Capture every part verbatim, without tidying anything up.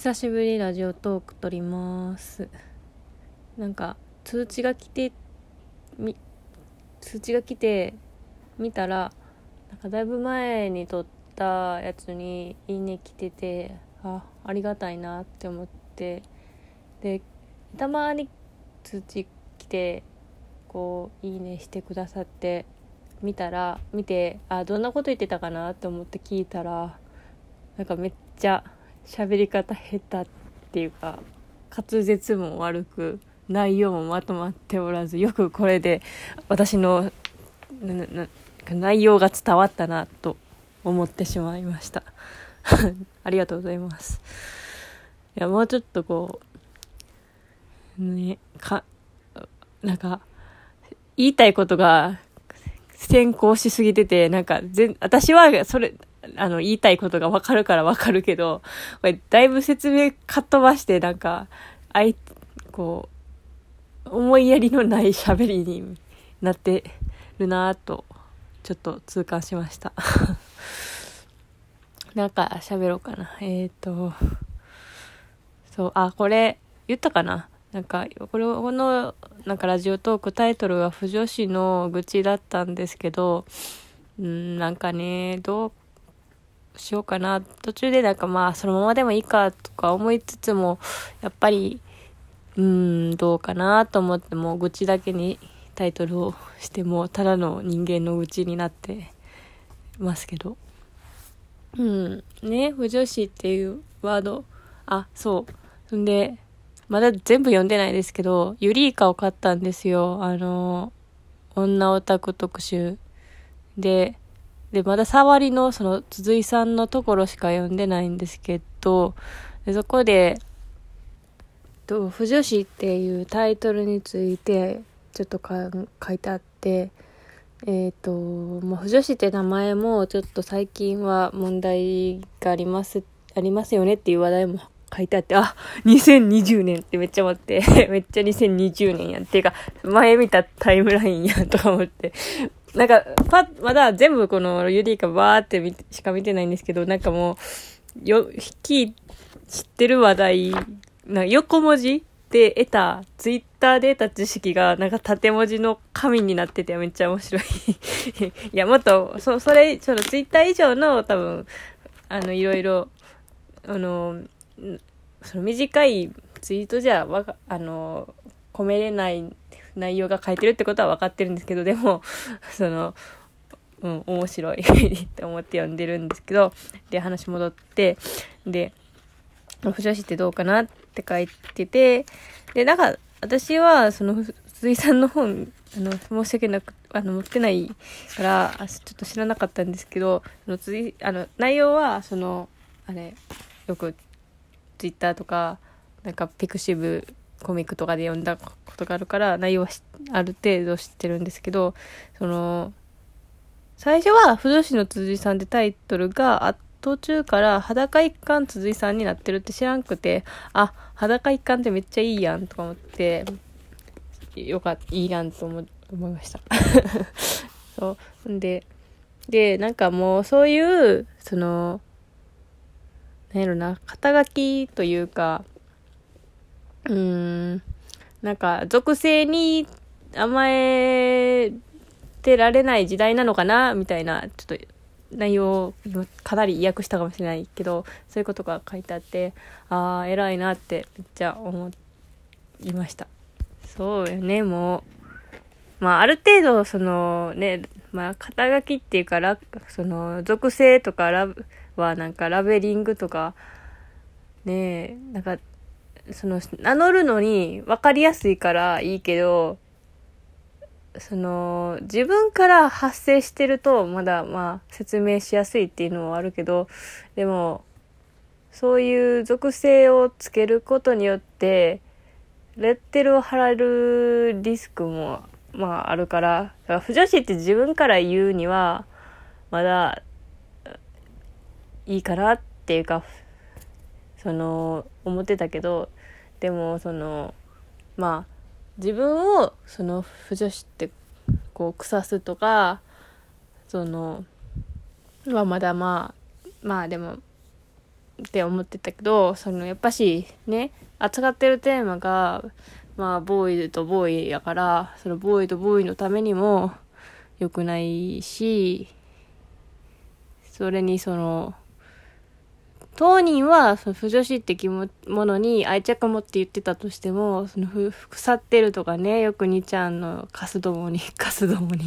久しぶりラジオトーク撮ります。なんか通知が来てみ通知が来て見たら、なんかだいぶ前に撮ったやつにいいね来てて、あありがたいなって思って、でたまに通知来てこういいねしてくださって見たら見てあどんなこと言ってたかなって思って聞いたら、なんかめっちゃ喋り方下手っていうか滑舌も悪く内容もまとまっておらず、よくこれで私のなな内容が伝わったなと思ってしまいましたありがとうございます。いやもうちょっとこうねかなんか言いたいことが先行しすぎてて、なんか全私はそれあの言いたいことが分かるから分かるけど、これだいぶ説明かっ飛ばして、なんかあいこう思いやりのない喋りになってるなとちょっと痛感しましたなんか喋ろうかな。えーとそうあこれ言ったかな。なんかこれこのなんかラジオトークタイトルは不女子の愚痴だったんですけど、うんなんかねどうしようかな、途中でなんかまあそのままでもいいかとか思いつつも、やっぱりうーんどうかなと思って、もう愚痴だけにタイトルをしてもただの人間の愚痴になってますけど、うんね不女子っていうワード、あそうそんでまだ全部読んでないですけど、ユリイカを買ったんですよ。あの女オタク特集ででまだ触りのその鈴井さんのところしか読んでないんですけど、でそこでと不女子っていうタイトルについてちょっとか書いてあって、えっともう不女子って名前もちょっと最近は問題がありますありますよねっていう話題も書いてあって、あにせんにじゅうねんってめっちゃ待ってめっちゃにせんにじゅうねんやんっていうか前見たタイムラインやんとか思って、なんかパまだ全部このユリイカバーって見てしか見てないんですけど、なんかもうよき知ってる話題な横文字で得たツイッターで得た知識がなんか縦文字の紙になっててめっちゃ面白いいやもっとそそれそのツイッター以上の多分あのいろいろあのその短いツイートじゃわかあの込めれない内容が書いてるってことは分かってるんですけど、でもそのうん面白いって思って読んでるんですけど、で話戻ってで不女子ってどうかなって書いてて、でなんか私はその鈴井さんの本あの申し訳なくあの持ってないからちょっと知らなかったんですけど、そのついあの内容はそのあれよくツイッターとかなんかピクシブコミックとかで読んだことがあるから内容はある程度知ってるんですけど、その最初は不女子の辻井さんってタイトルがあって途中から裸一貫辻井さんになってるって知らんくて、あ裸一貫ってめっちゃいいやんとか思ってよかったいいやんと思思いましたそうんででなんかもうそういうそのなんやろな肩書きというかうーんなんか属性に甘えてられない時代なのかなみたいなちょっと内容をかなり意訳したかもしれないけど、そういうことが書いてあって、ああ偉いなってめっちゃ思いました。そうよね、もうまあある程度そのねまあ肩書きっていうかその属性とかラはなんかラベリングとかねなんかその名乗るのに分かりやすいからいいけど、その自分から発生してるとまだまあ説明しやすいっていうのはあるけど、でもそういう属性をつけることによってレッテルを貼られるリスクもまああるから、だから不女子って自分から言うにはまだいいかなっていうかその思ってたけど、でもそのまあ自分をその不女子ってこう腐すとかそのはまだまあまあでもって思ってたけど、そのやっぱしね、扱ってるテーマがまあボーイとボーイやから、そのボーイとボーイのためにも良くないし、それにその当人はその不女子ってものに愛着を持って言ってたとしても、そのふ腐ってるとかね、よくにちゃんのカスどもにカスどもに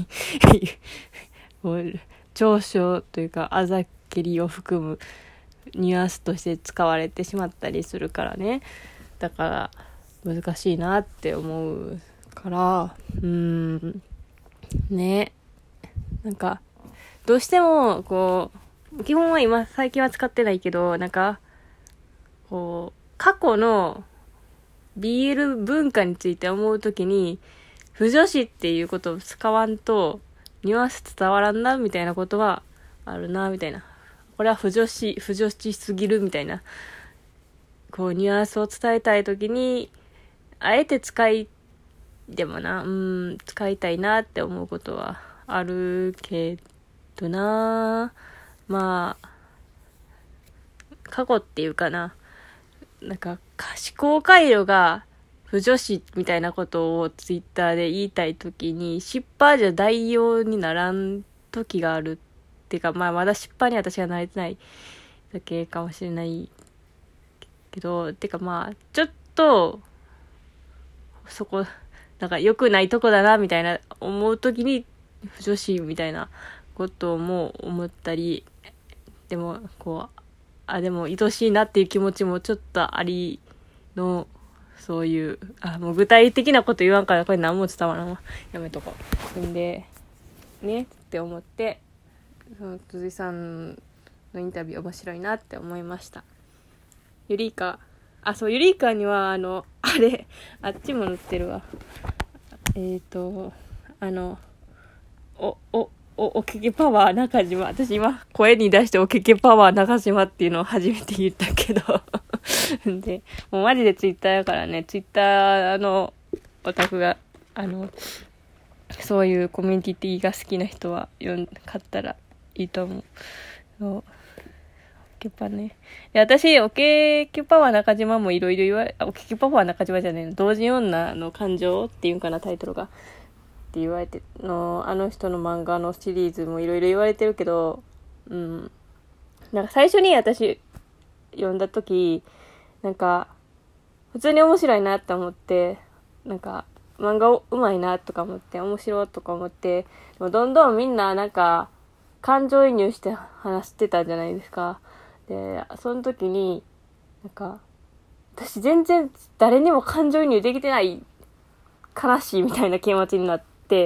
長所というかあざけりを含むニュアンスとして使われてしまったりするからね。だから難しいなって思うから、うーんね、なんかどうしてもこう基本は今最近は使ってないけど、なんかこう過去の ビーエル 文化について思うときに、不女子っていうことを使わんとニュアンス伝わらんなみたいなことはあるなみたいな。これは不女子不女子すぎるみたいな、こうニュアンスを伝えたいときにあえて使いでもなうん使いたいなって思うことはあるけどな。まあ過去っていうかな、なんか思考回路が不女子みたいなことをツイッターで言いたいときに、失敗じゃ代用にならん時があるっていうか、まあまだ失敗に私が慣れてないだけかもしれないけど、てかまあちょっとそこなんか良くないとこだなみたいな思うときに不女子みたいなことも思ったり、でもこうあでも愛しいなっていう気持ちもちょっとありの、そういうあもう具体的なこと言わんからこれ何も伝わらんわ、やめとこう。んでねって思って、その辻さんのインタビュー面白いなって思いました。ユリイカあそうユリイカにはあのあれあっちも載ってるわ。えっ、ー、とあのおおお、おけけパワー中島。私今声に出しておけけパワー中島っていうのを初めて言ったけど。で、もうマジでツイッターだからね、ツイッターのオタクが、あの、そういうコミュニティが好きな人は読ん、買ったらいいと思う。そう。おけパね。で、私、おけけパワー中島もいろいろ言われ、おけけパワー中島じゃねえの、同人女の感情っていうんかな、タイトルが。って言われてのあの人の漫画のシリーズもいろいろ言われてるけど、うんなんか最初に私読んだ時なんか普通に面白いなって思って、なんか漫画うまいなとか思って面白いとか思って、でもどんどんみんななんか感情移入して話してたじゃないですか。でその時になんか私全然誰にも感情移入できてない悲しいみたいな気持ちになって、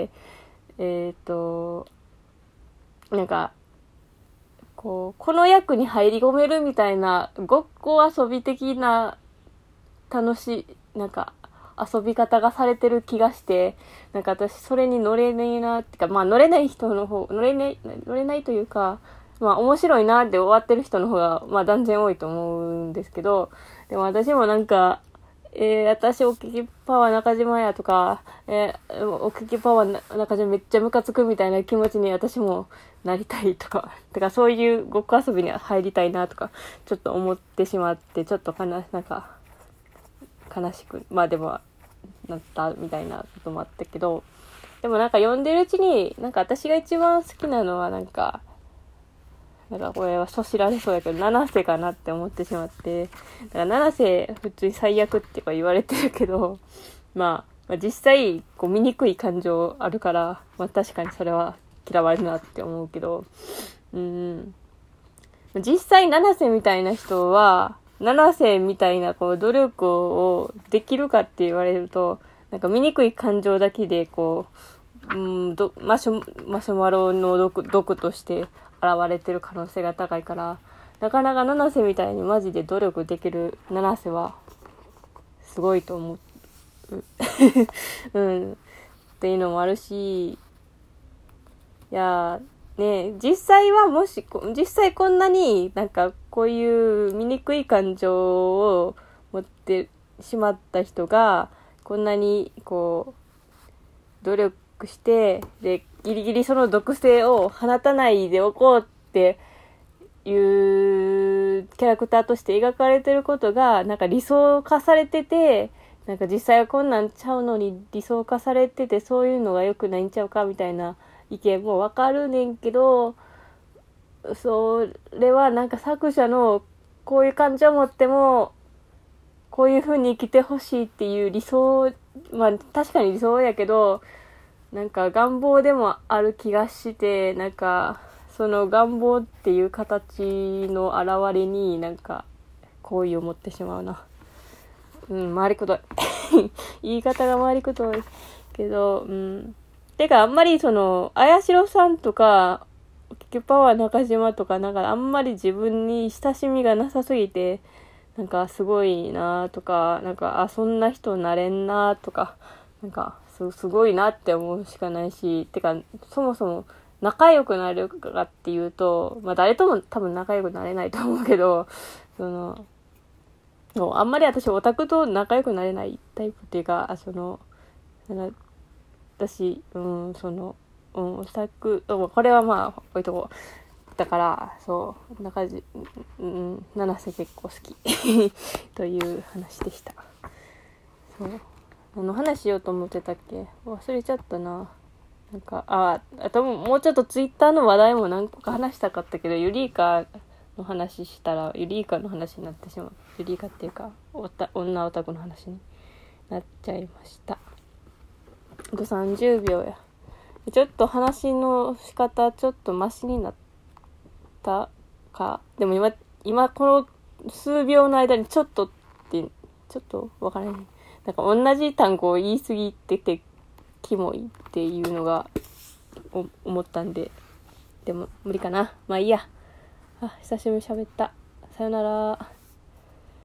えっと、なんか、こう、この役に入り込めるみたいな、ごっこ遊び的な、楽しい、なんか、遊び方がされてる気がして、なんか私、それに乗れねえな、ってか、まあ乗れない人の方、乗れない、乗れないというか、まあ面白いなって終わってる人の方が、まあ断然多いと思うんですけど、でも私もなんか、えー、私おけけパワー中島やとか、えー、おけけパワー中島めっちゃムカつくみたいな気持ちに私もなりたいとか、てかそういうごっこ遊びに入りたいなとかちょっと思ってしまって、ちょっとかななんか悲しくまあでもなったみたいなこともあったけど、でもなんか読んでるうちになんか私が一番好きなのはなんかなんかこれはそしられそうやけど七瀬かなって思ってしまって、だから七瀬普通に最悪ってか言われてるけど、まあ、まあ、実際こう醜い感情あるから、まあ確かにそれは嫌われるなって思うけど、うーん実際七瀬みたいな人は七瀬みたいなこう努力をできるかって言われると、なんか醜い感情だけでこう、うんどマシュマシュマロの毒毒として現れてる可能性が高いから、なかなか七瀬みたいにマジで努力できる七瀬はすごいと思う、うん、っていうのもあるし、いやね実際はもし実際こんなになんかこういう醜い感情を持ってしまった人がこんなにこう努力してでギリギリその毒性を放たないでおこうっていういうキャラクターとして描かれてることがなんか理想化されてて、なんか実際はこんなんちゃうのに理想化されてて、そういうのが良くないんちゃうかみたいな意見もわかるねんけど、それはなんか作者のこういう感情を持ってもこういう風に生きてほしいっていう理想、まあ確かに理想やけど、なんか願望でもある気がして、なんかその願望っていう形の表れになんか好意を持ってしまうな。うん、回りくどい言い方が回りくどいけど、うん。てかあんまりその綾代さんとかキュパワー中島とかなんかあんまり自分に親しみがなさすぎて、なんかすごいなとか、なんかあそんな人なれんなとか、なんか す, すごいなって思うしかないし、てかそもそも仲良くなるかっていうと、まあ誰とも多分仲良くなれないと思うけど、そのあんまり私オタクと仲良くなれないタイプっていうか、その私、うん、その、うん、オタク、これはまあ置いとこう。だからそう中地、うん、七瀬結構好きという話でした。そう、あの話しようと思ってたっけ、忘れちゃったな。なんかああともうちょっとツイッターの話題も何個か話したかったけど、ユリイカの話したらユリイカの話になってしまう。ユリイカっていうかおた女オタクの話になっちゃいました。あとさんじゅうびょうや。ちょっと話の仕方ちょっとマシになったか。でも今今この数秒の間にちょっとってちょっとわからない。なんか同じ単語を言い過ぎててキモいっていうのが思ったんで、でも無理かな。まあいいや。あ、久しぶりに喋った。さよなら。